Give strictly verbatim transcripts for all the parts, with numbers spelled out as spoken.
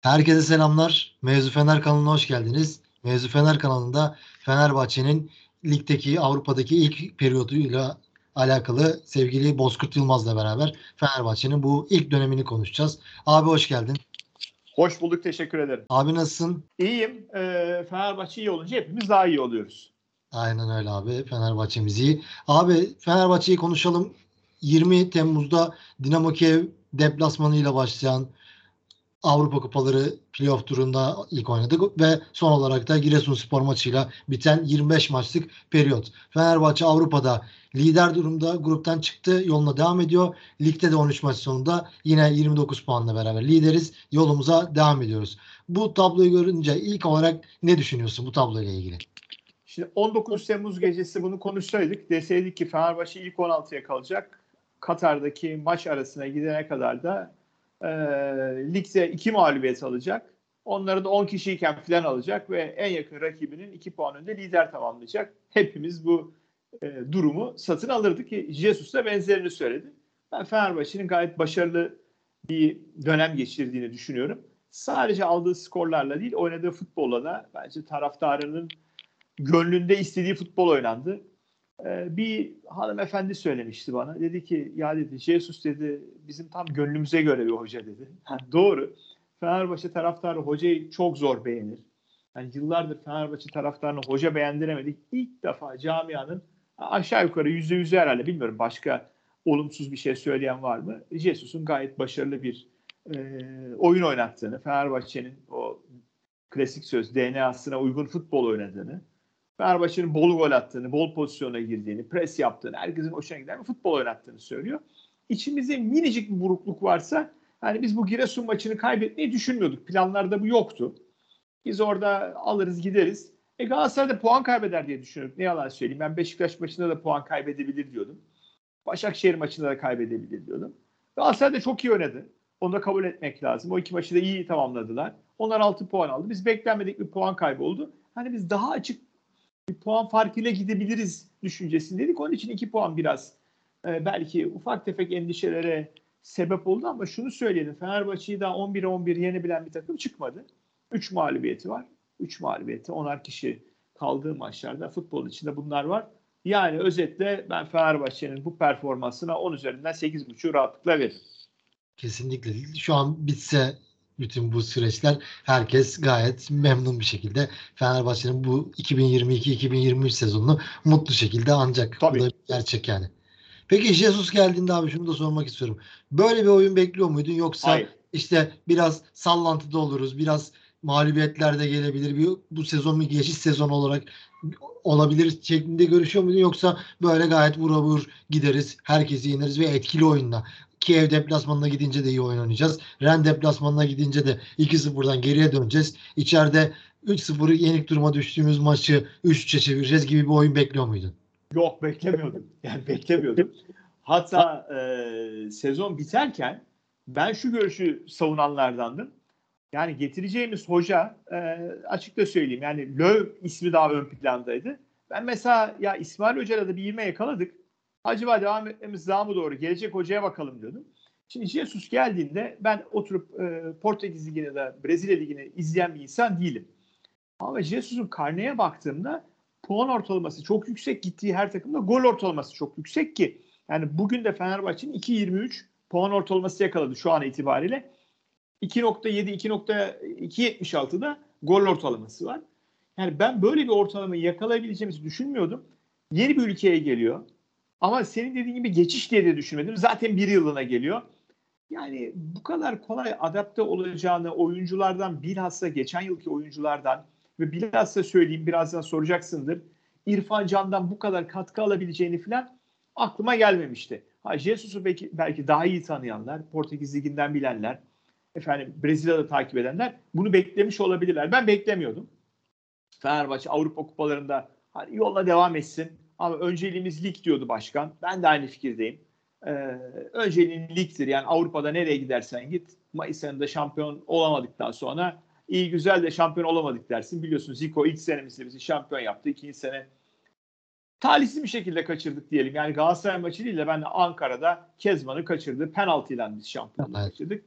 Herkese selamlar. Mevzu Fener kanalına hoş geldiniz. Mevzu Fener kanalında Fenerbahçe'nin ligdeki Avrupa'daki ilk periyoduyla alakalı sevgili Bozkurt Yılmaz'la beraber Fenerbahçe'nin bu ilk dönemini konuşacağız. Abi hoş geldin. Hoş bulduk, teşekkür ederim. Abi nasılsın? İyiyim. Ee, Fenerbahçe iyi olunca hepimiz daha iyi oluyoruz. Aynen öyle abi. Fenerbahçe'miz iyi. Abi Fenerbahçe'yi konuşalım. yirmi Temmuz'da Dinamo Kiev deplasmanıyla başlayan Avrupa Kupaları playoff turunda ilk oynadık ve son olarak da Giresunspor maçıyla biten yirmi beş maçlık periyot. Fenerbahçe Avrupa'da lider durumda, gruptan çıktı, yoluna devam ediyor. Ligde de on üç maç sonunda yine yirmi dokuz puanla beraber lideriz. Yolumuza devam ediyoruz. Bu tabloyu görünce ilk olarak ne düşünüyorsun bu tabloyla ilgili? Şimdi on dokuz Temmuz gecesi bunu konuşsaydık, deseydik ki Fenerbahçe ilk on altıya kalacak. Katar'daki maç arasına gidene kadar da e, ligde iki mağlubiyet alacak. Onları da on kişiyken falan alacak ve en yakın rakibinin iki puan önünde lider tamamlayacak. Hepimiz bu e, durumu satın alırdık ki Jesus da benzerini söyledi. Ben Fenerbahçe'nin gayet başarılı bir dönem geçirdiğini düşünüyorum. Sadece aldığı skorlarla değil, oynadığı futbolla da bence taraftarının gönlünde istediği futbol oynandı. Ee, bir hanımefendi söylemişti bana. Dedi ki ya dedi Jesus dedi bizim tam gönlümüze göre bir hoca dedi. Ha, doğru. Fenerbahçe taraftarı hocayı çok zor beğenir. Yani yıllardır Fenerbahçe taraftarını hoca beğendiremedik. İlk defa camianın aşağı yukarı yüzde yüzü herhalde bilmiyorum başka olumsuz bir şey söyleyen var mı? Jesus'un gayet başarılı bir e, oyun oynattığını, Fenerbahçe'nin o klasik söz D N A'sına uygun futbol oynadığını, Fenerbahçe'nin bol gol attığını, bol pozisyona girdiğini, pres yaptığını, herkesin hoşuna giden bir futbol oynattığını söylüyor. İçimizde minicik bir burukluk varsa, hani biz bu Giresun maçını kaybetmeyi düşünmüyorduk. Planlarda bu yoktu. Biz orada alırız gideriz. E Galatasaray'da puan kaybeder diye düşünüyorduk. Ne yalan söyleyeyim. Ben Beşiktaş maçında da puan kaybedebilir diyordum. Başakşehir maçında da kaybedebilir diyordum. Galatasaray da çok iyi oynadı. Onu da kabul etmek lazım. O iki maçı da iyi tamamladılar. Onlar altı puan aldı. Biz beklenmedik bir puan kaybı oldu. Hani biz daha açık bir puan farkıyla gidebiliriz düşüncesindeydik. Onun için iki puan biraz e, belki ufak tefek endişelere sebep oldu ama şunu söyleyelim. Fenerbahçe'yi daha on bire on bir yenebilen bir takım çıkmadı. üç mağlubiyeti var. üç mağlubiyeti onar kişi kaldığı maçlarda futbol içinde bunlar var. Yani özetle ben Fenerbahçe'nin bu performansına on üzerinden sekiz buçuk rahatlıkla veririm. Kesinlikle. Şu an bitse bütün bu süreçler herkes gayet memnun bir şekilde Fenerbahçe'nin bu iki bin yirmi iki iki bin yirmi üç sezonunu mutlu şekilde ancak. Bu Tabii. da gerçek yani. Peki Jesus geldiğinde abi şunu da sormak istiyorum. Böyle bir oyun bekliyor muydun yoksa Hayır. işte biraz sallantıda oluruz, biraz mağlubiyetler de gelebilir. Bir, bu sezon bir geçiş sezonu olarak olabilir şeklinde görüşüyor muydun yoksa böyle gayet vura vur gideriz, herkesi yeneriz ve etkili oyunla. Kiev deplasmanına gidince de iyi oyun oynayacağız. Rennes deplasmanına gidince de iki sıfırdan geriye döneceğiz. İçeride üç sıfır yenik duruma düştüğümüz maçı üç üçe çevireceğiz gibi bir oyun bekliyor muydun? Yok beklemiyordum. Yani beklemiyordum. Hatta e, sezon biterken ben şu görüşü savunanlardandım. Yani getireceğimiz hoca e, açıkça söyleyeyim yani Löw ismi daha ön plandaydı. Ben mesela ya İsmail Hoca'yla da bir ivme yakaladık. Acaba devam etmemiz daha mı doğru? Gelecek hocaya bakalım diyordum. Şimdi Jesus geldiğinde ben oturup e, Portekiz Ligi'ni ya da Brezilya Ligi'ni izleyen bir insan değilim. Ama Jesus'un karneye baktığımda puan ortalaması çok yüksek. Gittiği her takımda gol ortalaması çok yüksek ki. Yani bugün de Fenerbahçe'nin iki yirmi üç puan ortalaması yakaladı şu an itibariyle. iki nokta yedi iki nokta iki yetmiş altıda gol ortalaması var. Yani ben böyle bir ortalamayı yakalayabileceğimizi düşünmüyordum. Yeni bir ülkeye geliyor. Ama senin dediğin gibi geçiş diye de düşünmedim. Zaten bir yılına geliyor. Yani bu kadar kolay adapte olacağını oyunculardan bilhassa geçen yılki oyunculardan ve bilhassa söyleyeyim birazdan soracaksındır. İrfan Can'dan bu kadar katkı alabileceğini falan aklıma gelmemişti. Ha Jesus'u belki, belki daha iyi tanıyanlar, Portekiz Ligi'nden bilenler, efendim Brezilya'da takip edenler bunu beklemiş olabilirler. Ben beklemiyordum. Fenerbahçe Avrupa Kupalarında hani yoluna devam etsin ama önceliğimiz lig diyordu başkan. Ben de aynı fikirdeyim. Ee, önceliğin ligdir. Yani Avrupa'da nereye gidersen git. Mayıs ayında şampiyon olamadıktan sonra iyi güzel de şampiyon olamadık dersin. Biliyorsun Zico ilk senemizde bizi şampiyon yaptı. İkinci sene talihsiz bir şekilde kaçırdık diyelim. Yani Galatasaray maçı değil de ben de Ankara'da Kezman'ı kaçırdı. Penaltıyla biz şampiyonluğu Evet. kaçırdık.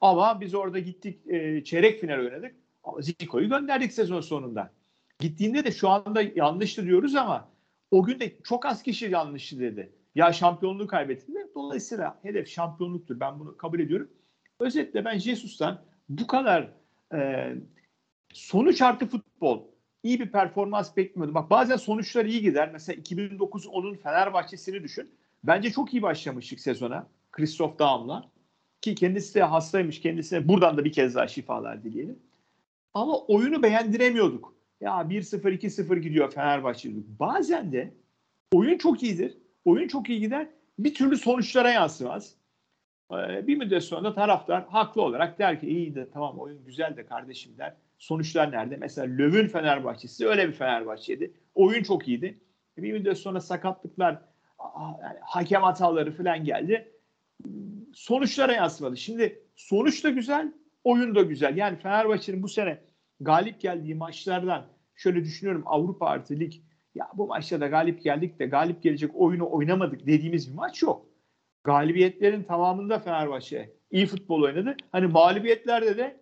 Ama biz orada gittik e, çeyrek final oynadık. Ama Zico'yu gönderdik sezon sonunda. Gittiğinde de şu anda yanlıştı diyoruz ama o gün de çok az kişi yanlıştı dedi. Ya şampiyonluğu kaybettik. Dolayısıyla hedef şampiyonluktur. Ben bunu kabul ediyorum. Özetle ben Jesus'tan bu kadar e, sonuç artı futbol, iyi bir performans beklemiyordum. Bak bazen sonuçlar iyi gider. Mesela iki bin dokuz onun Fenerbahçe'sini düşün. Bence çok iyi başlamıştık sezona. Christoph Daum'la. Ki kendisi de hastaymış. Kendisine buradan da bir kez daha şifalar dileyelim. Ama oyunu beğendiremiyorduk. Ya bir sıfır iki sıfır gidiyor Fenerbahçe. Bazen de oyun çok iyidir. Oyun çok iyi gider. Bir türlü sonuçlara yansımaz. Ee, bir müddet sonra da taraftar haklı olarak der ki iyi de tamam oyun güzel de kardeşim der. Sonuçlar nerede? Mesela Löw'ün Fenerbahçesi öyle bir Fenerbahçeydi. Oyun çok iyiydi. Bir müddet sonra sakatlıklar, yani hakem hataları falan geldi. Sonuçlara yansımadı. Şimdi sonuç da güzel, oyun da güzel. Yani Fenerbahçe'nin bu sene galip geldiği maçlardan şöyle düşünüyorum, Avrupa artı lig. Ya bu maçta da galip geldik de galip gelecek oyunu oynamadık dediğimiz bir maç yok. Galibiyetlerin tamamında Fenerbahçe iyi futbol oynadı. Hani mağlubiyetlerde de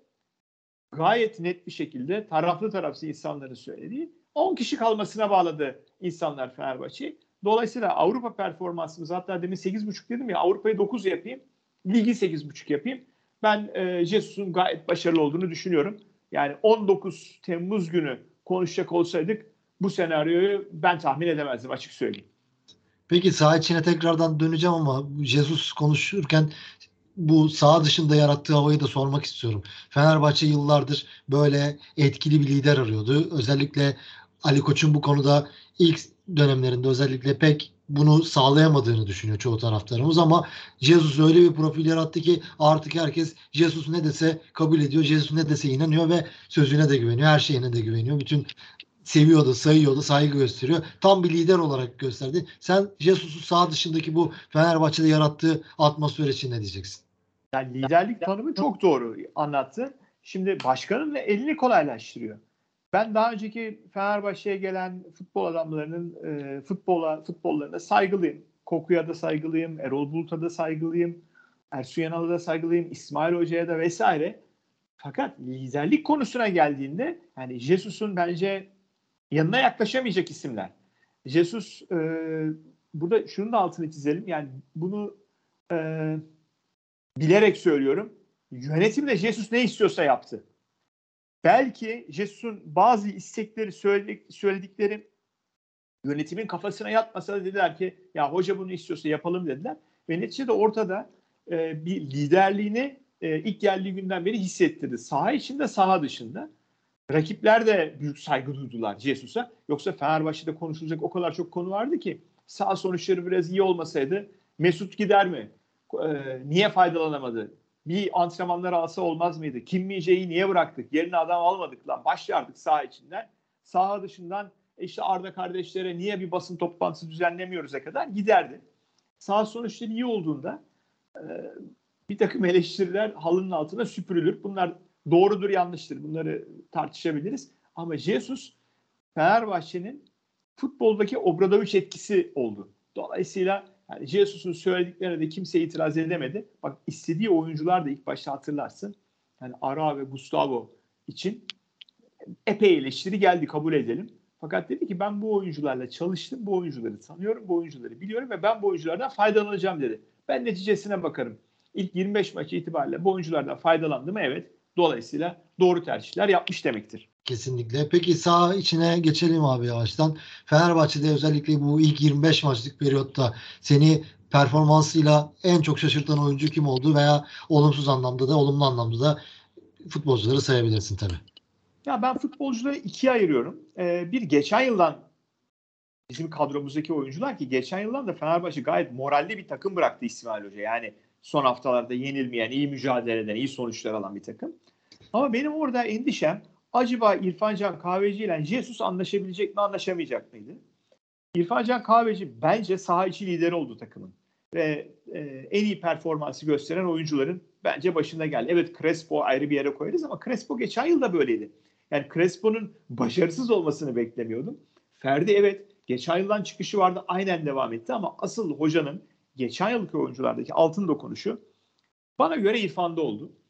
gayet net bir şekilde taraflı tarafsız insanların söylediği on kişi kalmasına bağladı insanlar Fenerbahçe'yi. Dolayısıyla Avrupa performansımız, hatta demin sekiz buçuk dedim ya, Avrupa'yı dokuz yapayım, ligi sekiz buçuk yapayım. Ben e, Jesus'un gayet başarılı olduğunu düşünüyorum. Yani on dokuz Temmuz günü konuşacak olsaydık bu senaryoyu ben tahmin edemezdim, açık söyleyeyim. Peki saha içine tekrardan döneceğim ama Jesus konuşurken bu saha dışında yarattığı havayı da sormak istiyorum. Fenerbahçe yıllardır böyle etkili bir lider arıyordu. Özellikle Ali Koç'un bu konuda ilk dönemlerinde özellikle pek bunu sağlayamadığını düşünüyor çoğu taraftarımız ama Jesus öyle bir profil yarattı ki artık herkes Jesus ne dese kabul ediyor. Jesus ne dese inanıyor ve sözüne de güveniyor. Her şeyine de güveniyor. Bütün seviyordu, sayıyordu, saygı gösteriyor. Tam bir lider olarak gösterdi. Sen Jesus'un saha dışındaki bu Fenerbahçe'de yarattığı atmosfer için ne diyeceksin? Yani liderlik tanımı çok doğru anlattı. Şimdi başkanın da elini kolaylaştırıyor. Ben daha önceki Fenerbahçe'ye gelen futbol adamlarının e, futbola futbollarına saygılıyım. Koku'ya da saygılıyım, Erol Bulut'a da saygılıyım, Ersun Yanal'a da saygılıyım, İsmail Hoca'ya da vesaire. Fakat liderlik konusuna geldiğinde yani Jesus'un bence yanına yaklaşamayacak isimler. Jesus e, burada şunun da altını çizelim. Yani bunu e, bilerek söylüyorum. Yönetimde Jesus ne istiyorsa yaptı. Belki Jesus'un bazı istekleri söyledik, söyledikleri yönetimin kafasına yatmasa da dediler ki ya hoca bunu istiyorsa yapalım dediler. Ve neticede ortada e, bir liderliğini e, ilk geldiği günden beri hissettirdi. Saha içinde, saha dışında. Rakipler de büyük saygı duydular Jesus'a. Yoksa Fenerbahçe'de konuşulacak o kadar çok konu vardı ki sağ sonuçları biraz iyi olmasaydı Mesut gider mi? Ee, niye faydalanamadı? Bir antrenmanlar alsa olmaz mıydı? Kim Min-jae'yi niye bıraktık? Yerine adam almadık lan. Başlardık saha içinden. Saha dışından işte Arda kardeşlere niye bir basın toplantısı düzenlemiyoruz'a kadar giderdi. Saha sonuçları iyi olduğunda e, bir takım eleştiriler halının altına süpürülür. Bunlar doğrudur, yanlıştır. Bunları tartışabiliriz. Ama Jesus Fenerbahçe'nin futboldaki Obradoviç etkisi oldu. Dolayısıyla yani Jesus'un söylediklerine de kimse itiraz edemedi. Bak istediği oyuncular da ilk başta hatırlarsın. Yani Ara ve Gustavo için epey eleştiri geldi, kabul edelim. Fakat dedi ki ben bu oyuncularla çalıştım. Bu oyuncuları tanıyorum. Bu oyuncuları biliyorum ve ben bu oyunculardan faydalanacağım dedi. Ben neticesine bakarım. İlk yirmi beş maçı itibariyle bu oyunculardan faydalandı mı? Evet. Dolayısıyla doğru tercihler yapmış demektir. Kesinlikle. Peki saha içine geçelim abi yavaştan. Fenerbahçe'de özellikle bu ilk yirmi beş maçlık periyotta seni performansıyla en çok şaşırtan oyuncu kim oldu veya olumsuz anlamda da olumlu anlamda da futbolcuları sayabilirsin tabii. Ya ben futbolcuları ikiye ayırıyorum. Ee, bir geçen yıldan bizim kadromuzdaki oyuncular ki geçen yıldan da Fenerbahçe gayet moralli bir takım bıraktı İsmail Hoca. Yani son haftalarda yenilmeyen, iyi mücadele eden, iyi sonuçlar alan bir takım. Ama benim orada endişem acaba İrfan Can Kahveci ile Jesus anlaşabilecek mi, anlaşamayacak mıydı? İrfan Can Kahveci bence saha içi lideri oldu takımın. Ve e, en iyi performansı gösteren oyuncuların bence başında geldi. Evet Crespo ayrı bir yere koyarız ama Crespo geçen yıl da böyleydi. Yani Crespo'nun başarısız olmasını beklemiyordum. Ferdi evet geçen yıldan çıkışı vardı, aynen devam etti ama asıl hocanın geçen yılki oyunculardaki altın dokunuşu bana göre İrfan'da oldu.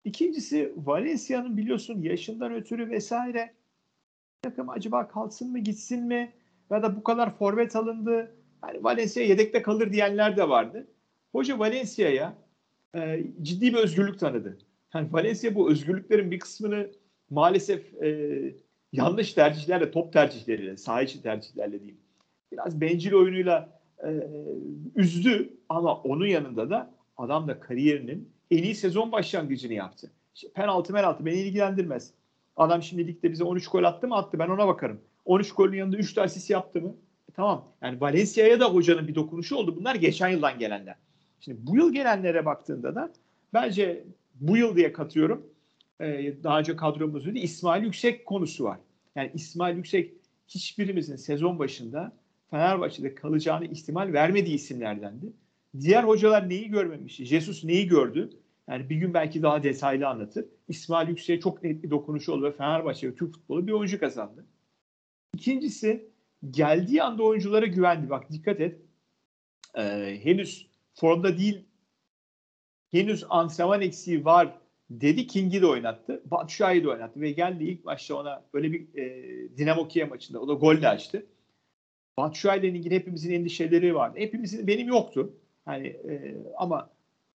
İkincisi Valencia'nın biliyorsun yaşından ötürü vesaire takım acaba kalsın mı gitsin mi ya da bu kadar forvet alındı. Yani Valencia yedekte kalır diyenler de vardı. Hoca Valencia'ya e, ciddi bir özgürlük tanıdı. Yani Valencia bu özgürlüklerin bir kısmını maalesef e, yanlış tercihlerle, top tercihleriyle, saha içi tercihlerle diyeyim. Biraz bencil oyunuyla e, üzdü ama onun yanında da adam da kariyerinin en iyi sezon başlangıcını yaptı. İşte penaltı penaltı beni ilgilendirmez. Adam şimdi ligde bize on üç gol attı mı attı, ben ona bakarım. on üç golün yanında üç de asist yaptı mı? E, tamam. Yani Valencia'ya da hocanın bir dokunuşu oldu. Bunlar geçen yıldan gelenler. Şimdi bu yıl gelenlere baktığında da bence bu yıl diye katıyorum. Ee, daha önce kadromuzda İsmail Yüksek konusu var. Yani İsmail Yüksek hiçbirimizin sezon başında Fenerbahçe'de kalacağını ihtimal vermediği isimlerdendi. Diğer hocalar neyi görmemiş? Jesus neyi gördü? Yani bir gün belki daha detaylı anlatır. İsmail Yüksek'e çok net bir dokunuşu oldu ve Fenerbahçe ve Türk futbolu bir oyuncu kazandı. İkincisi geldiği anda oyunculara güvendi. Bak dikkat et. Ee, henüz formda değil, henüz antrenman eksiği var dedi. King'i de oynattı. Batshuayi'yi de oynattı ve geldi ilk maçta ona böyle bir e, Dinamo Kiev maçında o da golle açtı. Batshuayi ile ilgili hepimizin endişeleri vardı. Hepimizin, benim yoktu. Hani e, ama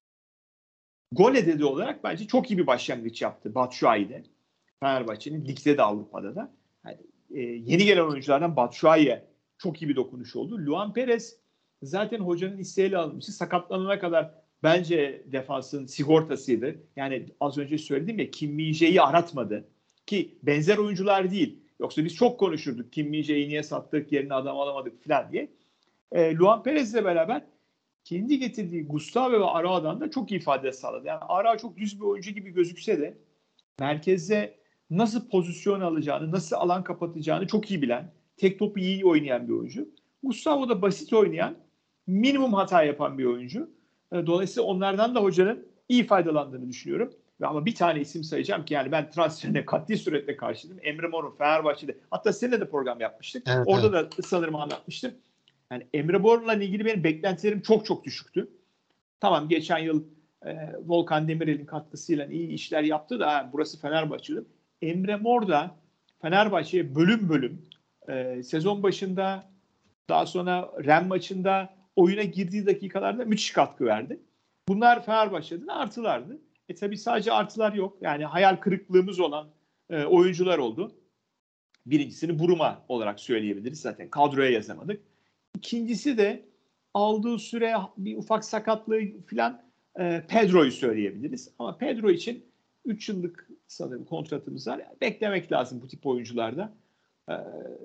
gol ededi olarak bence çok iyi bir başlangıç yaptı Batshuayi'de. Fenerbahçe'nin ligde de Avrupa'da da. Yani, e, yeni gelen oyunculardan Batshuayi'ye çok iyi bir dokunuş oldu. Luan Perez zaten hocanın isteğiyle alınmıştı. Sakatlanana kadar bence defansın sigortasıydı. Yani az önce söyledim ya, Kim Min-jae'yi aratmadı. Ki benzer oyuncular değil. Yoksa biz çok konuşurduk. Kim Min-jae'yi niye sattık, yerine adam alamadık falan diye. E, Luan Perez'le beraber kendi getirdiği Gustavo ve Arao'dan da çok iyi ifade sağladı. Yani Arao çok düz bir oyuncu gibi gözükse de merkezde nasıl pozisyon alacağını, nasıl alan kapatacağını çok iyi bilen, tek topu iyi oynayan bir oyuncu. Gustavo da basit oynayan, minimum hata yapan bir oyuncu. Dolayısıyla onlardan da hocanın iyi faydalandığını düşünüyorum. Ama bir tane isim sayacağım ki yani ben transferine katli suretle karşıydım. Emre Mor'un Fenerbahçe'de, hatta seninle de program yapmıştık. Evet, Orada evet. da sanırım anlatmıştım. Yani Emre Mor'la ilgili benim beklentilerim çok çok düşüktü. Tamam, geçen yıl e, Volkan Demirel'in katkısıyla iyi işler yaptı da ha, burası Fenerbahçe'de. Emre Mor da Fenerbahçe'ye bölüm bölüm e, sezon başında, daha sonra Ren maçında oyuna girdiği dakikalarda müthiş katkı verdi. Bunlar Fenerbahçe'den artılardı. E tabii sadece artılar yok. Yani hayal kırıklığımız olan e, oyuncular oldu. Birincisini Buruma olarak söyleyebiliriz. Zaten kadroya yazamadık. İkincisi de aldığı süre bir ufak sakatlığı falan e, Pedro'yu söyleyebiliriz. Ama Pedro için üç yıllık sanırım kontratımız var. Yani beklemek lazım bu tip oyuncularda. E,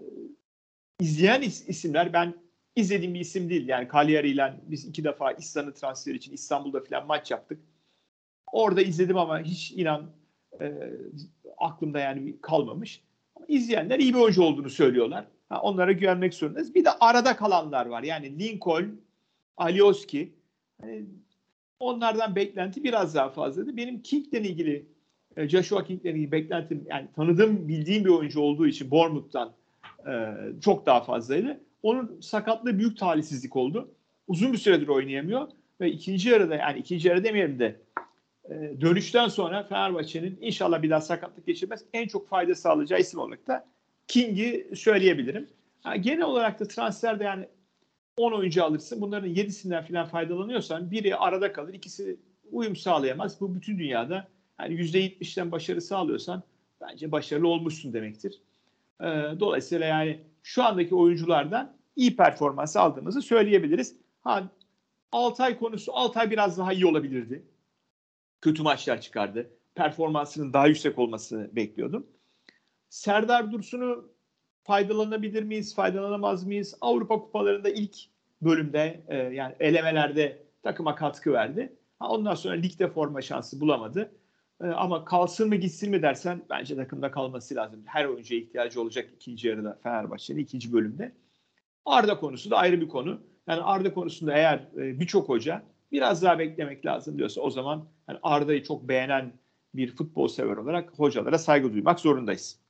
izleyen is- isimler, ben izlediğim bir isim değil. Yani Cagliari ile biz iki defa İhsan'ı transfer için İstanbul'da falan maç yaptık. Orada izledim ama hiç inan e, aklımda yani kalmamış. Ama izleyenler iyi bir oyuncu olduğunu söylüyorlar. Ha, onlara güvenmek zorundayız. Bir de arada kalanlar var. Yani Lincoln, Alioski. Yani onlardan beklenti biraz daha fazlaydı. Benim King'le ilgili, e, Joshua King'le ilgili beklentim, yani tanıdığım, bildiğim bir oyuncu olduğu için Bournemouth'tan e, çok daha fazlaydı. Onun sakatlığı büyük talihsizlik oldu. Uzun bir süredir oynayamıyor ve ikinci yarıda, yani ikinci yarı demeyelim de dönüşten sonra Fenerbahçe'nin inşallah bir daha sakatlık geçirmez, en çok fayda sağlayacağı isim olarak da King'i söyleyebilirim. Ha, genel olarak da transferde yani on oyuncu alırsın. Bunların yedisinden falan faydalanıyorsan biri arada kalır, ikisi uyum sağlayamaz. Bu bütün dünyada yani yüzde yetmişten başarı sağlıyorsan bence başarılı olmuşsun demektir. Ee, dolayısıyla yani şu andaki oyunculardan iyi performans aldığımızı söyleyebiliriz. Ha, Altay konusu, Altay biraz daha iyi olabilirdi. Kötü maçlar çıkardı. Performansının daha yüksek olmasını bekliyordum. Serdar Dursun'u faydalanabilir miyiz, faydalanamaz mıyız? Avrupa kupalarında ilk bölümde e, yani elemelerde takıma katkı verdi. Ha, ondan sonra ligde forma şansı bulamadı. E, ama kalsın mı gitsin mi dersen bence takımda kalması lazım. Her oyuncuya ihtiyacı olacak ikinci yarıda Fenerbahçe'nin ikinci bölümde. Arda konusu da ayrı bir konu. Yani Arda konusunda eğer e, birçok hoca biraz daha beklemek lazım diyorsa, o zaman yani Arda'yı çok beğenen bir futbol sever olarak hocalara saygı duymak zorundayız.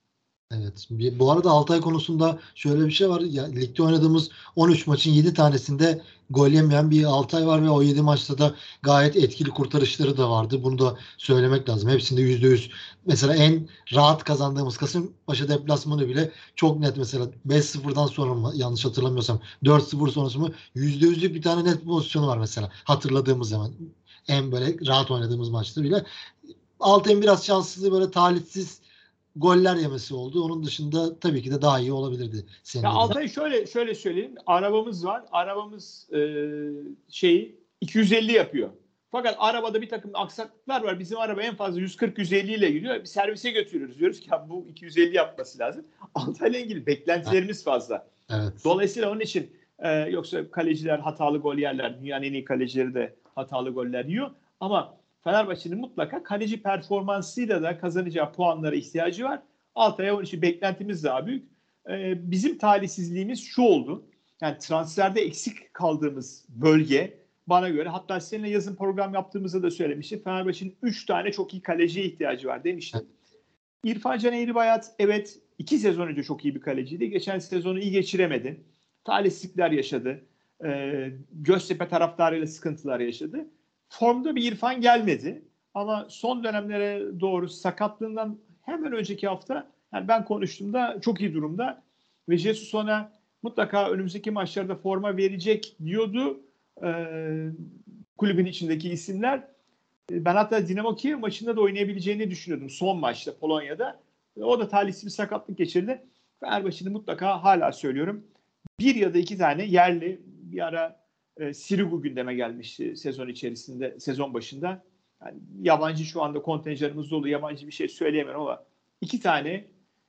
Evet. Bir- Bu arada Altay konusunda şöyle bir şey var. Ya, ligde oynadığımız on üç maçın yedi tanesinde gol yemeyen bir Altay var ve o yedi maçta da gayet etkili kurtarışları da vardı. Bunu da söylemek lazım. Hepsinde yüzde yüz. Mesela en rahat kazandığımız Kasımpaşa deplasmanı bile çok net, mesela beş sıfırdan sonra mı, yanlış hatırlamıyorsam dört sıfır sonrası mı, yüzde yüzlük bir tane net pozisyonu var mesela hatırladığımız zaman. En böyle rahat oynadığımız maçta bile. Altay'ın biraz şanssızlığı böyle talihsiz goller yemesi oldu. Onun dışında tabii ki de daha iyi olabilirdi Ya senin dediğin. Altay şöyle şöyle söyleyeyim. Arabamız var. Arabamız e, şeyi iki yüz elli yapıyor. Fakat arabada bir takım aksaklıklar var. Bizim araba en fazla yüz kırk yüz elli ile gidiyor. Bir servise götürüyoruz. Diyoruz ki ya bu iki yüz elli yapması lazım. Altay'la ilgili beklentilerimiz fazla. Evet. Dolayısıyla onun için e, yoksa kaleciler hatalı gol yerler. Dünyanın en iyi kalecileri de hatalı goller yiyor. Ama Fenerbahçe'nin mutlaka kaleci performansıyla da kazanacağı puanlara ihtiyacı var. Altay'a onun için beklentimiz daha büyük. E, bizim talihsizliğimiz şu oldu. Yani transferde eksik kaldığımız bölge bana göre, hatta seninle yazın program yaptığımızda da söylemiştim. Fenerbahçe'nin üç tane çok iyi kaleciye ihtiyacı var demiştim. İrfan Can Eğribayat evet iki sezon önce çok iyi bir kaleciydi. Geçen sezonu iyi geçiremedi. Talihsizlikler yaşadı. Ee, Göztepe taraftarıyla sıkıntılar yaşadı. Formda bir İrfan gelmedi. Ama son dönemlere doğru sakatlığından hemen önceki hafta, yani ben konuştuğumda çok iyi durumda. Ve Jesus ona mutlaka önümüzdeki maçlarda forma verecek diyordu e, kulübün içindeki isimler. Ben hatta Dinamo Kiev maçında da oynayabileceğini düşünüyordum son maçta Polonya'da. O da talihsiz bir sakatlık geçirdi. Fenerbahçe'de mutlaka, hala söylüyorum, bir ya da iki tane yerli, bir ara e, Sirigu gündeme gelmişti sezon içerisinde, sezon başında. Yani yabancı şu anda kontenjanımız dolu, yabancı bir şey söyleyemem ama iki tane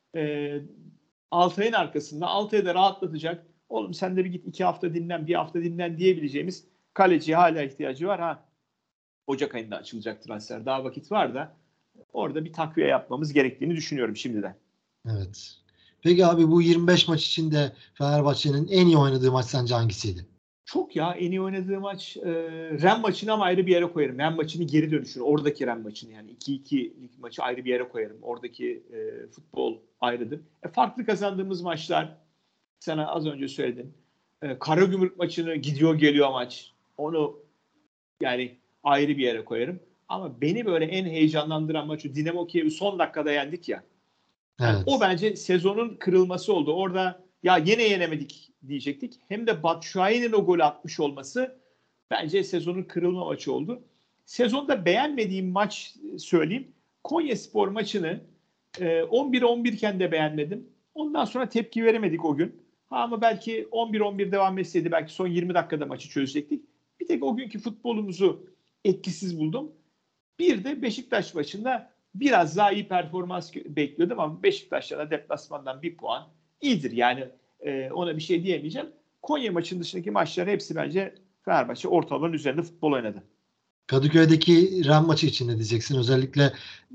e, Altay'ın arkasında, Altay'ı da rahatlatacak, oğlum sen de bir git iki hafta dinlen, bir hafta dinlen diyebileceğimiz kaleciye hala ihtiyacı var. Ha, Ocak ayında açılacak transfer. Daha vakit var da orada bir takviye yapmamız gerektiğini düşünüyorum şimdiden. Evet. Peki abi, bu yirmi beş maç içinde Fenerbahçe'nin en iyi oynadığı maç sence hangisiydi? Çok ya, en iyi oynadığı maç e, Ren maçını ama ayrı bir yere koyarım. Ren maçını geri dönüşünü, oradaki Ren maçını, yani iki ikilik maçı ayrı bir yere koyarım. Oradaki e, futbol ayrıdır. E, farklı kazandığımız maçlar, sana az önce söyledim. E, Karagümrük maçını gidiyor geliyor maç. Onu yani ayrı bir yere koyarım. Ama beni böyle en heyecanlandıran maç o Dinamo Kiev'i son dakikada yendik ya. Yani o Evet. bence sezonun kırılması oldu. Orada ya yine yenemedik diyecektik. Hem de Batshuayi'nin o golü atmış olması bence sezonun kırılma maçı oldu. Sezonda beğenmediğim maç söyleyeyim. Konyaspor maçını e, on bir on bir iken de beğenmedim. Ondan sonra tepki veremedik o gün. Ha, ama belki on bir on bir devam etseydi belki son yirmi dakikada maçı çözecektik. Bir tek o günkü futbolumuzu etkisiz buldum. Bir de Beşiktaş maçında biraz daha iyi performans bekliyordum ama Beşiktaş'ta da deplasmandan bir puan iyidir. Yani e, ona bir şey diyemeyeceğim. Konya maçının dışındaki maçların hepsi bence Fenerbahçe ortalamanın üzerinde futbol oynadı. Kadıköy'deki Ren maçı için ne diyeceksin? Özellikle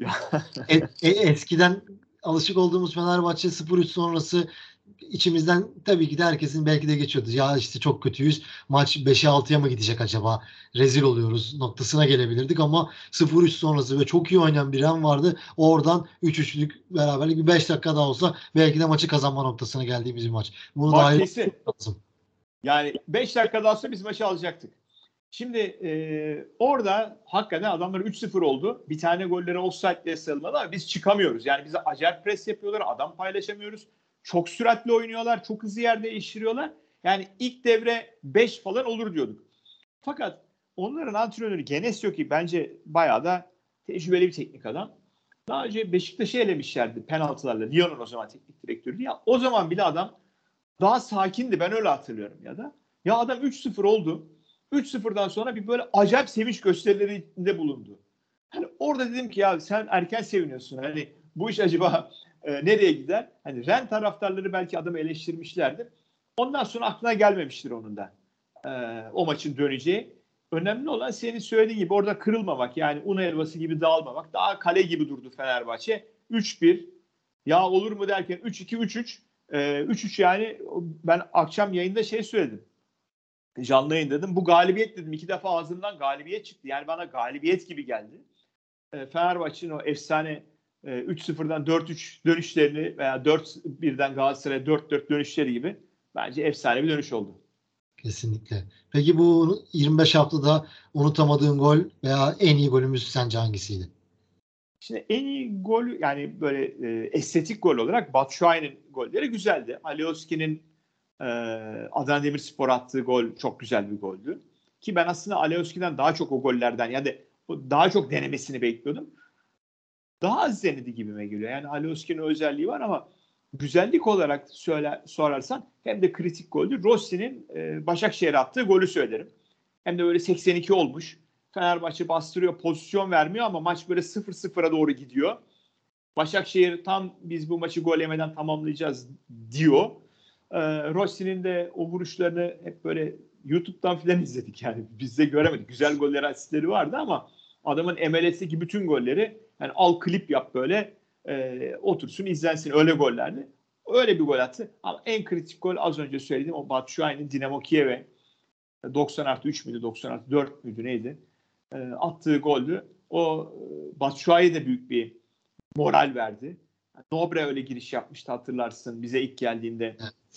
e- e- eskiden alışık olduğumuz Fenerbahçe sıfır üç sonrası içimizden tabii ki de herkesin belki de geçiyordu. Ya işte çok kötüyüz. Maç beşe altıya mı gidecek acaba? Rezil oluyoruz noktasına gelebilirdik ama sıfır üç sonrası ve çok iyi oynayan bir Ren vardı. Oradan üç üçlük beraberlik bir beş dakika daha olsa belki de maçı kazanma noktasına geldiğimiz bir maç. Bunu da Bak ayrı kesin. lazım. Yani beş dakika daha sonra biz maçı alacaktık. Şimdi e, orada hakikaten adamlar üç sıfır oldu. Bir tane golleri offside'le sayılmadı ama biz çıkamıyoruz. Yani bize acayip pres yapıyorlar. Adam paylaşamıyoruz. Çok süratli oynuyorlar. Çok hızlı yer değiştiriyorlar. Yani ilk devre beş falan olur diyorduk. Fakat onların antrenörü Genesio, ki bence bayağı da tecrübeli bir teknik adam. Daha önce Beşiktaş'ı elemişlerdi penaltılarla. Lyon'un o zaman teknik direktörü. Ya o zaman bile adam daha sakindi. Ben öyle hatırlıyorum ya da. Ya adam üç sıfır oldu. üç sıfırdan sonra bir böyle acayip sevinç gösterilerinde bulundu. Hani orada dedim ki ya sen erken seviniyorsun. Hani bu iş acaba e, nereye gider? Hani Ren taraftarları belki adamı eleştirmişlerdir. Ondan sonra aklına gelmemiştir onun da e, o maçın döneceği. Önemli olan senin söylediğin gibi orada kırılmamak, yani un helvası gibi dağılmamak. Daha kale gibi durdu Fenerbahçe. üç bir ya olur mu derken üç iki üç üç e, üç üç yani ben akşam yayında şey söyledim. Canlı yayın dedim. Bu galibiyet dedim. İki defa ağzımdan galibiyet çıktı. Yani bana galibiyet gibi geldi. E, Fenerbahçe'nin o efsane e, üç sıfırdan dört üç dönüşlerini veya dört birden Galatasaray'a dört dört dönüşleri gibi bence efsane bir dönüş oldu. Kesinlikle. Peki bu yirmi beş haftada unutamadığın gol veya en iyi golümüz sence hangisiydi? Şimdi en iyi gol yani böyle e, estetik gol olarak Batshuayi'nin golleri güzeldi. Alioski'nin e, Adana Demirspor attığı gol çok güzel bir goldü. Ki ben aslında Alioski'den daha çok o gollerden yani daha çok denemesini bekliyordum. Daha az denedi gibime geliyor. Yani Alioski'nin özelliği var ama güzellik olarak söyle, sorarsan hem de kritik goldü. Rossi'nin e, Başakşehir'e attığı golü söylerim. Hem de böyle seksen iki olmuş. Fenerbahçe bastırıyor, pozisyon vermiyor ama maç böyle sıfır sıfıra doğru gidiyor. Başakşehir tam biz bu maçı gol yemeden tamamlayacağız diyor. Ee, Rossi'nin de o vuruşlarını hep böyle YouTube'dan filan izledik yani. Biz de göremedik. Güzel goller asistleri vardı ama adamın M L S'teki bütün golleri yani al klip yap böyle e, otursun izlensin öyle gollerdi. Öyle bir gol attı. Ama en kritik gol az önce söylediğim o Batshuayi'nin Dinamo Kiev'e doksan artı üç müydü doksan artı dört müydü neydi? E, attığı goldü. O Batshuayi'ye de büyük bir moral verdi. Nobre öyle giriş yapmıştı hatırlarsın bize ilk geldiğinde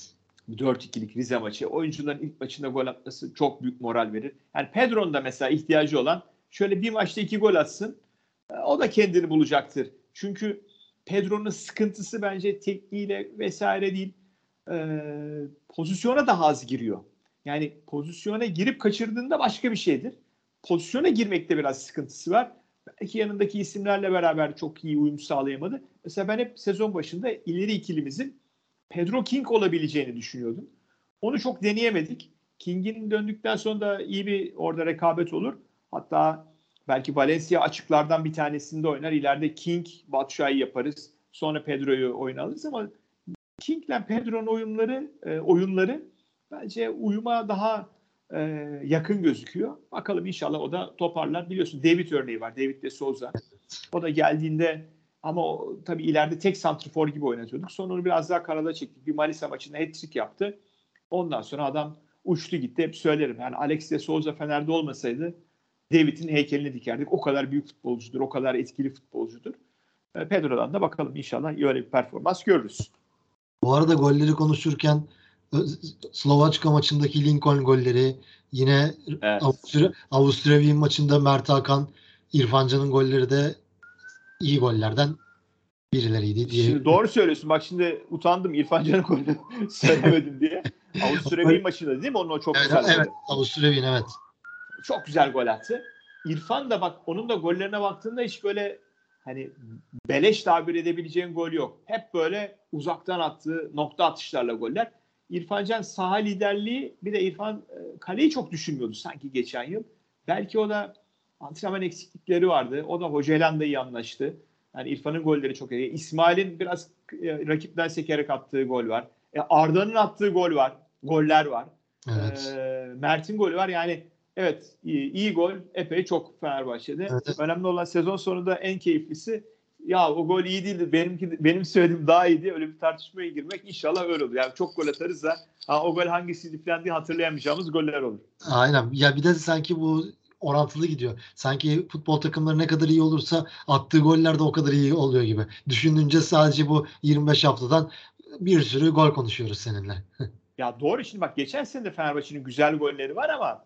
dört ikilik Rize maçı. Oyuncuların ilk maçında gol atması çok büyük moral verir. Yani Pedro'nun da mesela ihtiyacı olan şöyle bir maçta iki gol atsın. O da kendini bulacaktır. Çünkü Pedro'nun sıkıntısı bence tekniğiyle vesaire değil. Ee, pozisyona daha az giriyor. Yani pozisyona girip kaçırdığında başka bir şeydir. Pozisyona girmekte biraz sıkıntısı var. Belki yanındaki isimlerle beraber çok iyi uyum sağlayamadı. Mesela ben hep sezon başında ileri ikilimizin Pedro King olabileceğini düşünüyordum. Onu çok deneyemedik. King'in döndükten sonra da iyi bir orada rekabet olur. Hatta belki Valencia açıklardan bir tanesinde oynar. İleride King, Batshuayi yaparız. Sonra Pedro'yu oyuna alırız ama King'le Pedro'nun oyunları, e, oyunları bence uyuma daha e, yakın gözüküyor. Bakalım inşallah o da toparlar. Biliyorsun David örneği var. David de Souza. O da geldiğinde ama o, tabii ileride tek santrfor gibi oynatıyorduk. Sonra onu biraz daha karada çektik. Bir Manisa maçında hat-trick yaptı. Ondan sonra adam uçtu gitti. Hep söylerim. Yani Alex de Souza Fener'de olmasaydı David'in heykelini dikerdik. O kadar büyük futbolcudur. O kadar etkili futbolcudur. Pedro'dan da bakalım inşallah öyle bir performans görürüz. Bu arada golleri konuşurken Slovaçka maçındaki Lincoln golleri, yine Evet. Avusturya, Avusturya Wien maçında Mert Hakan, İrfan Can'ın golleri de iyi gollerden birileriydi diye. Şimdi doğru söylüyorsun. Bak şimdi utandım İrfan Can'ın golünü söylemedim diye. Avusturya Wien maçında değil mi? Onun o çok Evet, güzel golü. evet, Avusturya Wien, evet. Çok güzel gol attı. İrfan da bak onun da gollerine baktığında hiç böyle hani beleş tabir edebileceğin gol yok. Hep böyle uzaktan attığı nokta atışlarla goller. İrfan Can saha liderliği bir de İrfan e, kaleyi çok düşünmüyordu sanki geçen yıl. Belki o da antrenman eksiklikleri vardı. O da hocayla da iyi anlaştı. Yani İrfan'ın golleri çok iyi. İsmail'in biraz e, rakipten sekerek attığı gol var. E, Arda'nın attığı gol var. Goller var. Evet. E, Mert'in golü var. Yani evet iyi, iyi gol epey çok Fenerbahçe'de. Evet, evet. Önemli olan sezon sonunda en keyiflisi ya o gol iyi değildi. Benimki, benim söylediğim daha iyiydi. Öyle bir tartışmaya girmek inşallah öyle olur. Yani çok gol atarız da ha, o gol hangisiydi falan diye hatırlayamayacağımız goller olur. Aynen. Ya bir de sanki bu orantılı gidiyor. Sanki futbol takımları ne kadar iyi olursa attığı goller de o kadar iyi oluyor gibi. Düşününce sadece bu yirmi beş haftadan bir sürü gol konuşuyoruz seninle. Ya doğru şimdi bak geçen sene de Fenerbahçe'nin güzel golleri var ama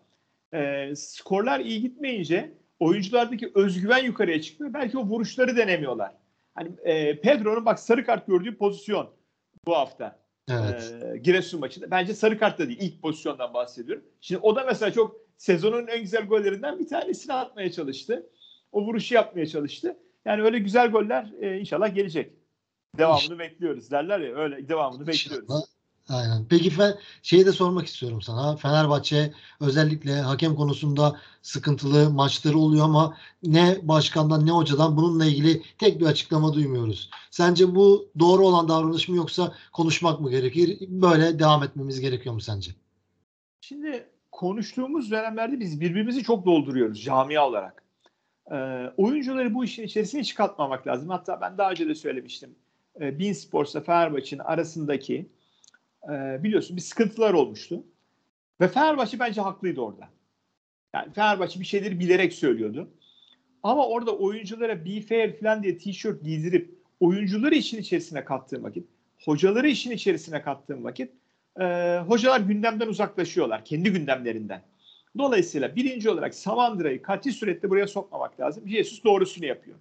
e, skorlar iyi gitmeyince oyunculardaki özgüven yukarıya çıkmıyor. Belki o vuruşları denemiyorlar. Hani e, Pedro'nun bak sarı kart gördüğü pozisyon bu hafta. Evet. E, Giresun maçında. Bence sarı kart da değil. İlk pozisyondan bahsediyorum. Şimdi o da mesela çok sezonun en güzel gollerinden bir tanesini atmaya çalıştı. O vuruşu yapmaya çalıştı. Yani öyle güzel goller e, inşallah gelecek. Devamını bekliyoruz derler ya öyle devamını İnşallah. bekliyoruz. Aynen. Peki fe, şeyi de sormak istiyorum sana. Fenerbahçe özellikle hakem konusunda sıkıntılı maçları oluyor ama ne başkandan ne hocadan bununla ilgili tek bir açıklama duymuyoruz. Sence bu doğru olan davranış mı yoksa konuşmak mı gerekir? Böyle devam etmemiz gerekiyor mu sence? Şimdi konuştuğumuz dönemlerde biz birbirimizi çok dolduruyoruz camia olarak. Ee, oyuncuları bu işin içerisine hiç katmamak lazım. Hatta ben daha önce de söylemiştim. Ee, Bein Sports'la Fenerbahçe'nin arasındaki e, biliyorsun bir sıkıntılar olmuştu. Ve Fenerbahçe bence haklıydı orada. Yani Fenerbahçe bir şeyleri bilerek söylüyordu. Ama orada oyunculara be fair falan diye tişört giydirip oyuncuları işin içerisine kattığım vakit, hocaları işin içerisine kattığım vakit e, hocalar gündemden uzaklaşıyorlar. Kendi gündemlerinden. Dolayısıyla birinci olarak Samandıra'yı kat'i surette buraya sokmamak lazım. Jesus doğrusunu yapıyor.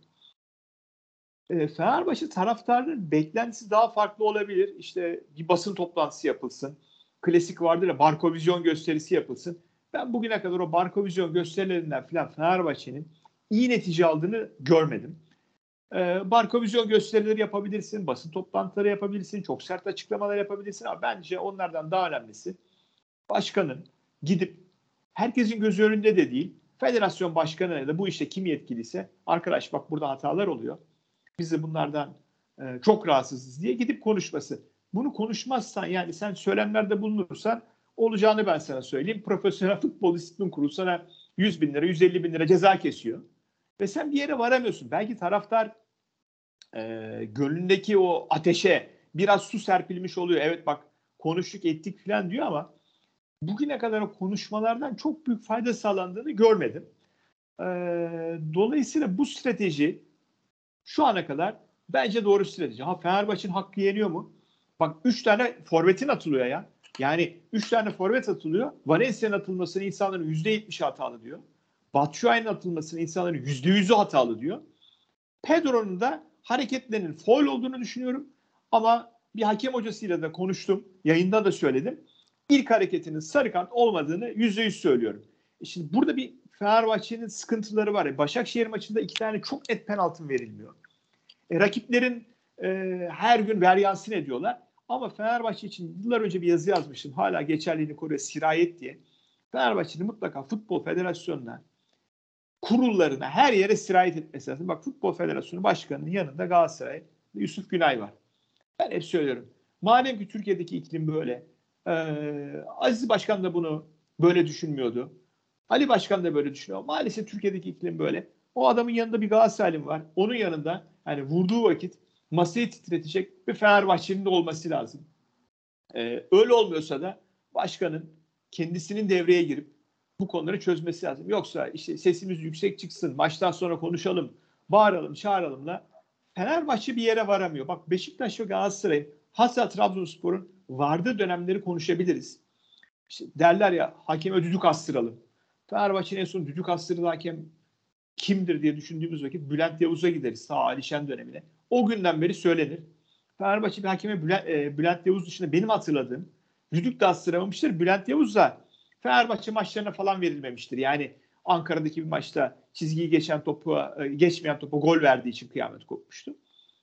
E, Fenerbahçe taraftarının beklentisi daha farklı olabilir. İşte bir basın toplantısı yapılsın. Klasik vardır ya, Barkovizyon gösterisi yapılsın. Ben bugüne kadar o Barkovizyon gösterilerinden falan Fenerbahçe'nin iyi netice aldığını görmedim. E, Barkovizyon gösterileri yapabilirsin, basın toplantıları yapabilirsin, çok sert açıklamalar yapabilirsin ama bence onlardan daha önemlisi başkanın gidip herkesin gözü önünde de değil, federasyon başkanı da bu işte kim yetkiliyse, arkadaş bak burada hatalar oluyor. Biz de bunlardan e, çok rahatsızız diye gidip konuşması. Bunu konuşmazsan, yani sen söylemlerde bulunursan olacağını ben sana söyleyeyim. Profesyonel Futbol Disiplin Kurulu sana yüz bin lira, yüz elli bin lira ceza kesiyor. Ve sen bir yere varamıyorsun. Belki taraftar e, gönlündeki o ateşe biraz su serpilmiş oluyor. Evet bak konuştuk ettik falan diyor ama bugüne kadar o konuşmalardan çok büyük fayda sağlandığını görmedim. E, dolayısıyla bu strateji şu ana kadar bence doğru strateji. Ha, Fenerbahçe'nin hakkı yeniyor mu? Bak üç tane forvetin atılıyor ya. Yani üç tane forvet atılıyor. Valencia'nın atılmasını insanların yüzde yetmişi hatalı diyor. Batshuayi'nin atılmasını insanların yüzde yüzü hatalı diyor. Pedro'nun da hareketlerinin faul olduğunu düşünüyorum. Ama bir hakem hocasıyla da konuştum. Yayında da söyledim. İlk hareketinin sarı kart olmadığını yüzde yüz söylüyorum. E şimdi burada bir Fenerbahçe'nin sıkıntıları var. Başakşehir maçında iki tane çok net penaltı verilmiyor. E, rakiplerin e, her gün veryansın ediyorlar. Ama Fenerbahçe için yıllar önce bir yazı yazmıştım. Hala geçerliğini koruyor. Sirayet diye. Fenerbahçe'nin mutlaka Futbol Federasyonu'na, kurullarına, her yere sirayet etmesi lazım. Bak Futbol Federasyonu Başkanı'nın yanında Galatasaray, Yusuf Günay var. Ben hep söylüyorum. Madem ki Türkiye'deki iklim böyle, e, Aziz Başkan da bunu böyle düşünmüyordu. Ali Başkan da böyle düşünüyor. Maalesef Türkiye'deki iklim böyle. O adamın yanında bir Galatasaraylı var. Onun yanında yani vurduğu vakit masayı titretecek bir Fenerbahçe'nin de olması lazım. Ee, öyle olmuyorsa da başkanın kendisinin devreye girip bu konuları çözmesi lazım. Yoksa işte sesimiz yüksek çıksın, maçtan sonra konuşalım, bağıralım, çağıralımla Fenerbahçe bir yere varamıyor. Bak Beşiktaş ve Galatasaray'ın, hatta Trabzonspor'un vardığı dönemleri konuşabiliriz. İşte derler ya, hakeme düdük astıralım. Fenerbahçe'nin en son düdük astırdığı hakem kimdir diye düşündüğümüz vakit Bülent Yavuz'a gideriz. Sağ Alişen dönemine. O günden beri söylenir. Fenerbahçe bir hakeme Bülent, e, Bülent Yavuz dışında benim hatırladığım düdük de astıramamıştır. Bülent Yavuz da Fenerbahçe maçlarına falan verilmemiştir. Yani Ankara'daki bir maçta çizgiyi geçen topu, e, geçmeyen topu gol verdiği için kıyamet kopmuştu.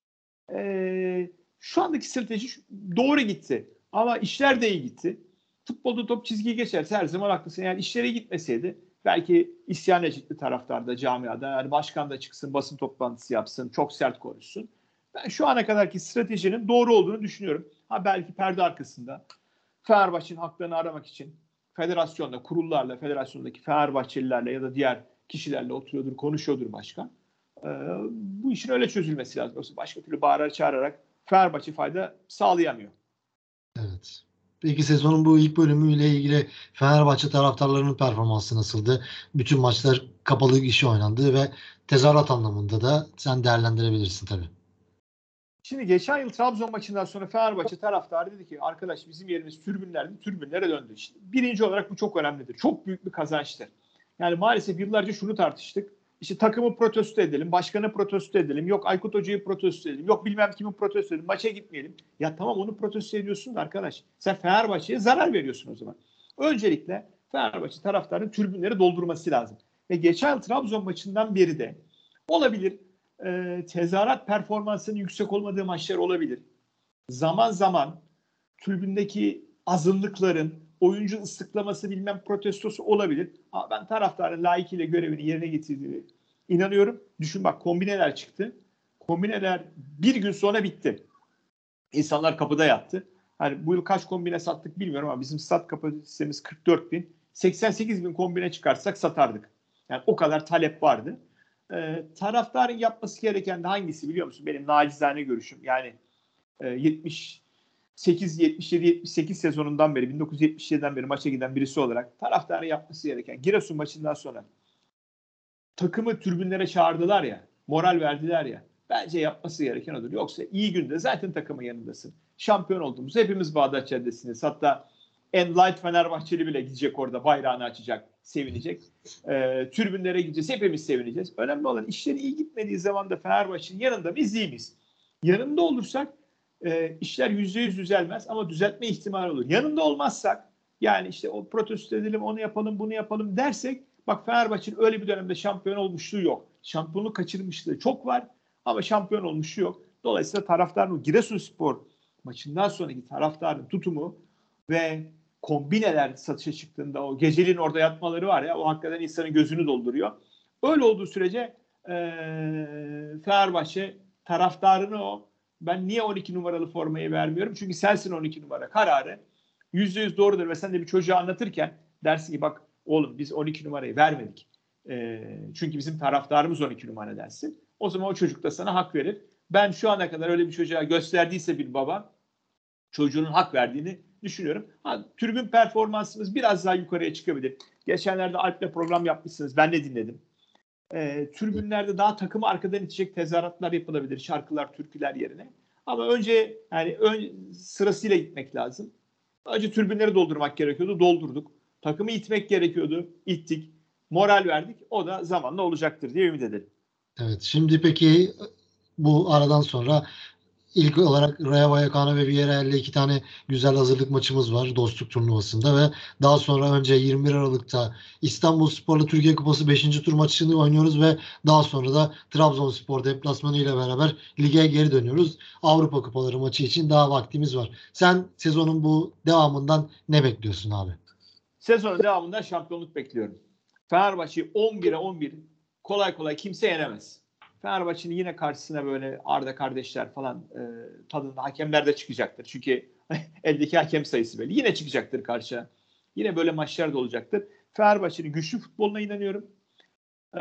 E, şu andaki strateji doğru gitti. Ama işler de iyi gitti. Futbolda top çizgiyi geçerse her zaman haklısın. Yani işleri gitmeseydi belki isyan edecekti taraftarda, camiada. Yani başkan da çıksın, basın toplantısı yapsın, çok sert konuşsun. Ben şu ana kadarki stratejinin doğru olduğunu düşünüyorum. Ha belki perde arkasında Fenerbahçe'nin haklarını aramak için federasyonda, kurullarla, federasyondaki Fenerbahçelilerle ya da diğer kişilerle oturuyordur, konuşuyordur başkan. Ee, bu işin öyle çözülmesi lazım. Yoksa başka türlü bağırarak çağırarak Fenerbahçe fayda sağlayamıyor. Evet. Peki sezonun bu ilk bölümüyle ilgili Fenerbahçe taraftarlarının performansı nasıldı? Bütün maçlar kapalı gişe oynandı ve tezahürat anlamında da sen değerlendirebilirsin tabii. Şimdi geçen yıl Trabzon maçından sonra Fenerbahçe taraftarı dedi ki arkadaş bizim yerimiz tribünlerdi, tribünlere döndü. İşte birinci olarak bu çok önemlidir. Çok büyük bir kazançtır. Yani maalesef yıllarca şunu tartıştık. İşte takımı protesto edelim, başkanı protesto edelim, yok Aykut Hoca'yı protesto edelim, yok bilmem kimi protesto edelim, maça gitmeyelim. Ya tamam onu protesto ediyorsun da arkadaş sen Fenerbahçe'ye zarar veriyorsun o zaman. Öncelikle Fenerbahçe taraftarının tribünleri doldurması lazım. Ve geçen yıl Trabzon maçından beri de olabilir e, tezahürat performansının yüksek olmadığı maçlar olabilir. Zaman zaman tribündeki azınlıkların oyuncu ıslıklaması bilmem protestosu olabilir. Ama ben taraftarın layıkıyla görevini yerine getirdiğini inanıyorum. Düşün bak kombineler çıktı. Kombineler bir gün sonra bitti. İnsanlar kapıda yattı. Hani bu yıl kaç kombine sattık bilmiyorum ama bizim stat kapasitemiz kırk dört bin. seksen sekiz bin kombine çıkarsak satardık. Yani o kadar talep vardı. Ee, taraftarın yapması gereken de hangisi biliyor musun? Benim nacizane görüşüm. Yani e, yetmiş sekiz yetmiş yedi yetmiş sekiz sezonundan beri bin dokuz yüz yetmiş yediden beri maça giden birisi olarak taraftarın yapması gereken Giresun maçından sonra takımı tribünlere çağırdılar ya, moral verdiler ya. Bence yapması gereken odur. Yoksa iyi günde zaten takımın yanındasın. Şampiyon olduğumuz hepimiz Bağdat Caddesi'ndeyiz. Hatta en light Fenerbahçeli bile gidecek orada, bayrağını açacak, sevinecek. Ee, tribünlere gideceğiz, hepimiz sevineceğiz. Önemli olan işleri iyi gitmediği zaman da Fenerbahçe'nin yanında biz iyi miyiz? Yanında olursak e, işler yüzde yüz düzelmez ama düzeltme ihtimali olur. Yanında olmazsak, yani işte o protesto edelim, onu yapalım, bunu yapalım dersek, bak Fenerbahçe'nin öyle bir dönemde şampiyon olmuşluğu yok. Şampiyonluk kaçırmışlığı çok var ama şampiyon olmuşluğu yok. Dolayısıyla taraftarın, Giresunspor maçından sonraki taraftarın tutumu ve kombineler satışa çıktığında o geceliğin orada yatmaları var ya, o hakikaten insanın gözünü dolduruyor. Öyle olduğu sürece e, Fenerbahçe taraftarını o, ben niye on iki numaralı formayı vermiyorum? Çünkü sensin on iki numara kararı yüzde yüz doğrudur ve sen de bir çocuğa anlatırken dersin ki bak oğlum biz on iki numarayı vermedik. E, çünkü bizim taraftarımız on iki numara dersin. O zaman o çocuk da sana hak verir. Ben şu ana kadar öyle bir çocuğa gösterdiyse bir baba, çocuğunun hak verdiğini düşünüyorum. Ha, tribün performansımız biraz daha yukarıya çıkabilir. Geçenlerde Alp'le program yapmışsınız. Ben de dinledim. E, tribünlerde daha takımı arkadan itecek tezahüratlar yapılabilir. Şarkılar, türküler yerine. Ama önce yani ön, sırasıyla gitmek lazım. Önce tribünleri doldurmak gerekiyordu. Doldurduk. Takımı itmek gerekiyordu. İttik. Moral verdik. O da zamanla olacaktır diye ümit edelim. Evet. Şimdi peki bu aradan sonra İlk olarak Rayo Vallecano ve Villarreal'le iki tane güzel hazırlık maçımız var dostluk turnuvasında ve daha sonra önce yirmi bir Aralık'ta İstanbulspor'la Türkiye Kupası beşinci tur maçını oynuyoruz ve daha sonra da Trabzonspor deplasmanı ile beraber lige geri dönüyoruz. Avrupa Kupaları maçı için daha vaktimiz var. Sen sezonun bu devamından ne bekliyorsun abi? Sezonun devamında şampiyonluk bekliyorum. Fenerbahçe on bire on bir kolay kolay kimse yenemez. Fenerbahçe'nin yine karşısına böyle Arda kardeşler falan e, tadında hakemler de çıkacaktır. Çünkü eldeki hakem sayısı belli. Yine çıkacaktır karşıya. Yine böyle maçlar da olacaktır. Fenerbahçe'nin güçlü futboluna inanıyorum. Ee,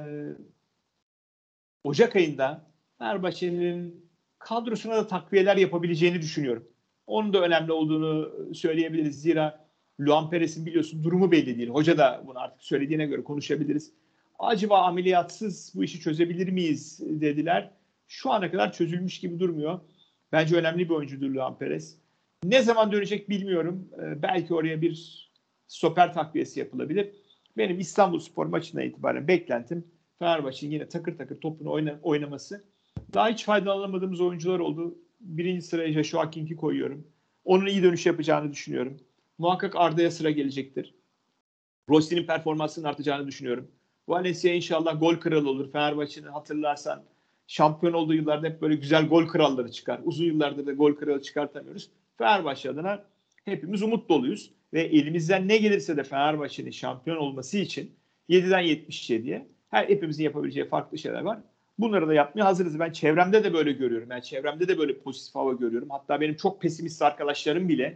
Ocak ayında Fenerbahçe'nin kadrosuna da takviyeler yapabileceğini düşünüyorum. Onun da önemli olduğunu söyleyebiliriz. Zira Luan Perez'in biliyorsun durumu belli değil. Hoca da bunu artık söylediğine göre konuşabiliriz. Acaba ameliyatsız bu işi çözebilir miyiz dediler. Şu ana kadar çözülmüş gibi durmuyor. Bence önemli bir oyuncudur Luan Perez. Ne zaman dönecek bilmiyorum. Ee, belki oraya bir stoper takviyesi yapılabilir. Benim İstanbulspor maçından itibaren beklentim Fenerbahçe'nin yine takır takır topunu oyna, oynaması. Daha hiç faydalanamadığımız oyuncular oldu. Birinci sıraya Joshua King'i koyuyorum. Onun iyi dönüş yapacağını düşünüyorum. Muhakkak Arda'ya sıra gelecektir. Rossi'nin performansının artacağını düşünüyorum. Valencia inşallah gol kralı olur. Fenerbahçe'nin hatırlarsan şampiyon olduğu yıllarda hep böyle güzel gol kralları çıkar. Uzun yıllardır da gol kralı çıkartamıyoruz. Fenerbahçe adına hepimiz umut doluyuz. Ve elimizden ne gelirse de Fenerbahçe'nin şampiyon olması için yediden yetmiş yediye her hepimizin yapabileceği farklı şeyler var. Bunları da yapmaya hazırız. Ben çevremde de böyle görüyorum. Yani çevremde de böyle pozitif hava görüyorum. Hatta benim çok pesimist arkadaşlarım bile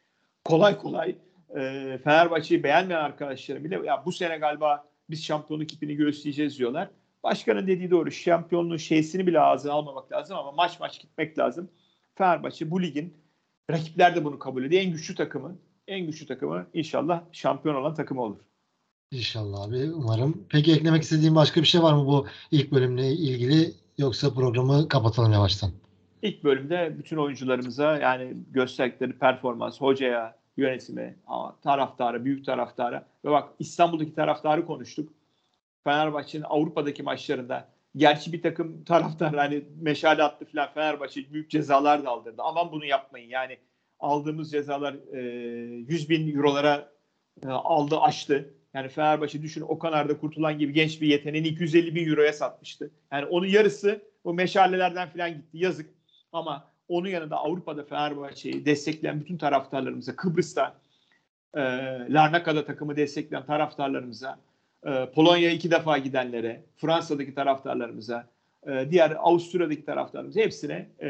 kolay kolay e, Fenerbahçe'yi beğenmeyen arkadaşlarım bile ya bu sene galiba biz şampiyonluk ipini göstereceğiz diyorlar. Başkanın dediği doğru. Şampiyonluğun şeysini bile ağzına almamak lazım ama maç maç gitmek lazım. Fenerbahçe bu ligin, rakipler de bunu kabul ediyor. En güçlü takımı, en güçlü takımı inşallah şampiyon olan takımı olur. İnşallah abi umarım. Peki eklemek istediğin başka bir şey var mı bu ilk bölümle ilgili yoksa programı kapatalım yavaştan? İlk bölümde bütün oyuncularımıza yani gösterdikleri performans, hocaya, yönetime, taraftara, büyük taraftara ve bak İstanbul'daki taraftarı konuştuk. Fenerbahçe'nin Avrupa'daki maçlarında gerçi bir takım taraftar hani meşale attı falan Fenerbahçe büyük cezalar da aldırdı. Aman bunu yapmayın. Yani aldığımız cezalar e, yüz bin eurolara e, aldı aştı. Yani Fenerbahçe düşün Okan Arda Kurtulan gibi genç bir yeteneğini iki yüz elli bin euroya satmıştı. Yani onun yarısı o meşalelerden falan gitti. Yazık. Ama onun yanında Avrupa'da Fenerbahçe'yi destekleyen bütün taraftarlarımıza, Kıbrıs'ta e, Larnaka'da takımı destekleyen taraftarlarımıza, e, Polonya'ya iki defa gidenlere, Fransa'daki taraftarlarımıza, e, diğer Avusturya'daki taraftarlarımıza hepsine e,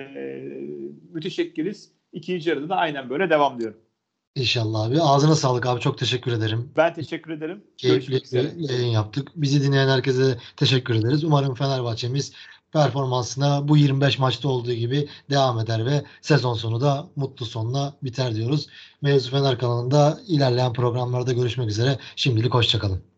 müteşekkiriz. İkinci yarıda da aynen böyle devam diyorum. İnşallah abi. Ağzına sağlık abi. Çok teşekkür ederim. Ben teşekkür ederim. Keyifli Görüşmek üzere. bir yayın yaptık. Bizi dinleyen herkese teşekkür ederiz. Umarım Fenerbahçe'miz performansına bu yirmi beş maçta olduğu gibi devam eder ve sezon sonu da mutlu sonla biter diyoruz. Mevzu Fener kanalında ilerleyen programlarda görüşmek üzere. Şimdilik hoşça kalın.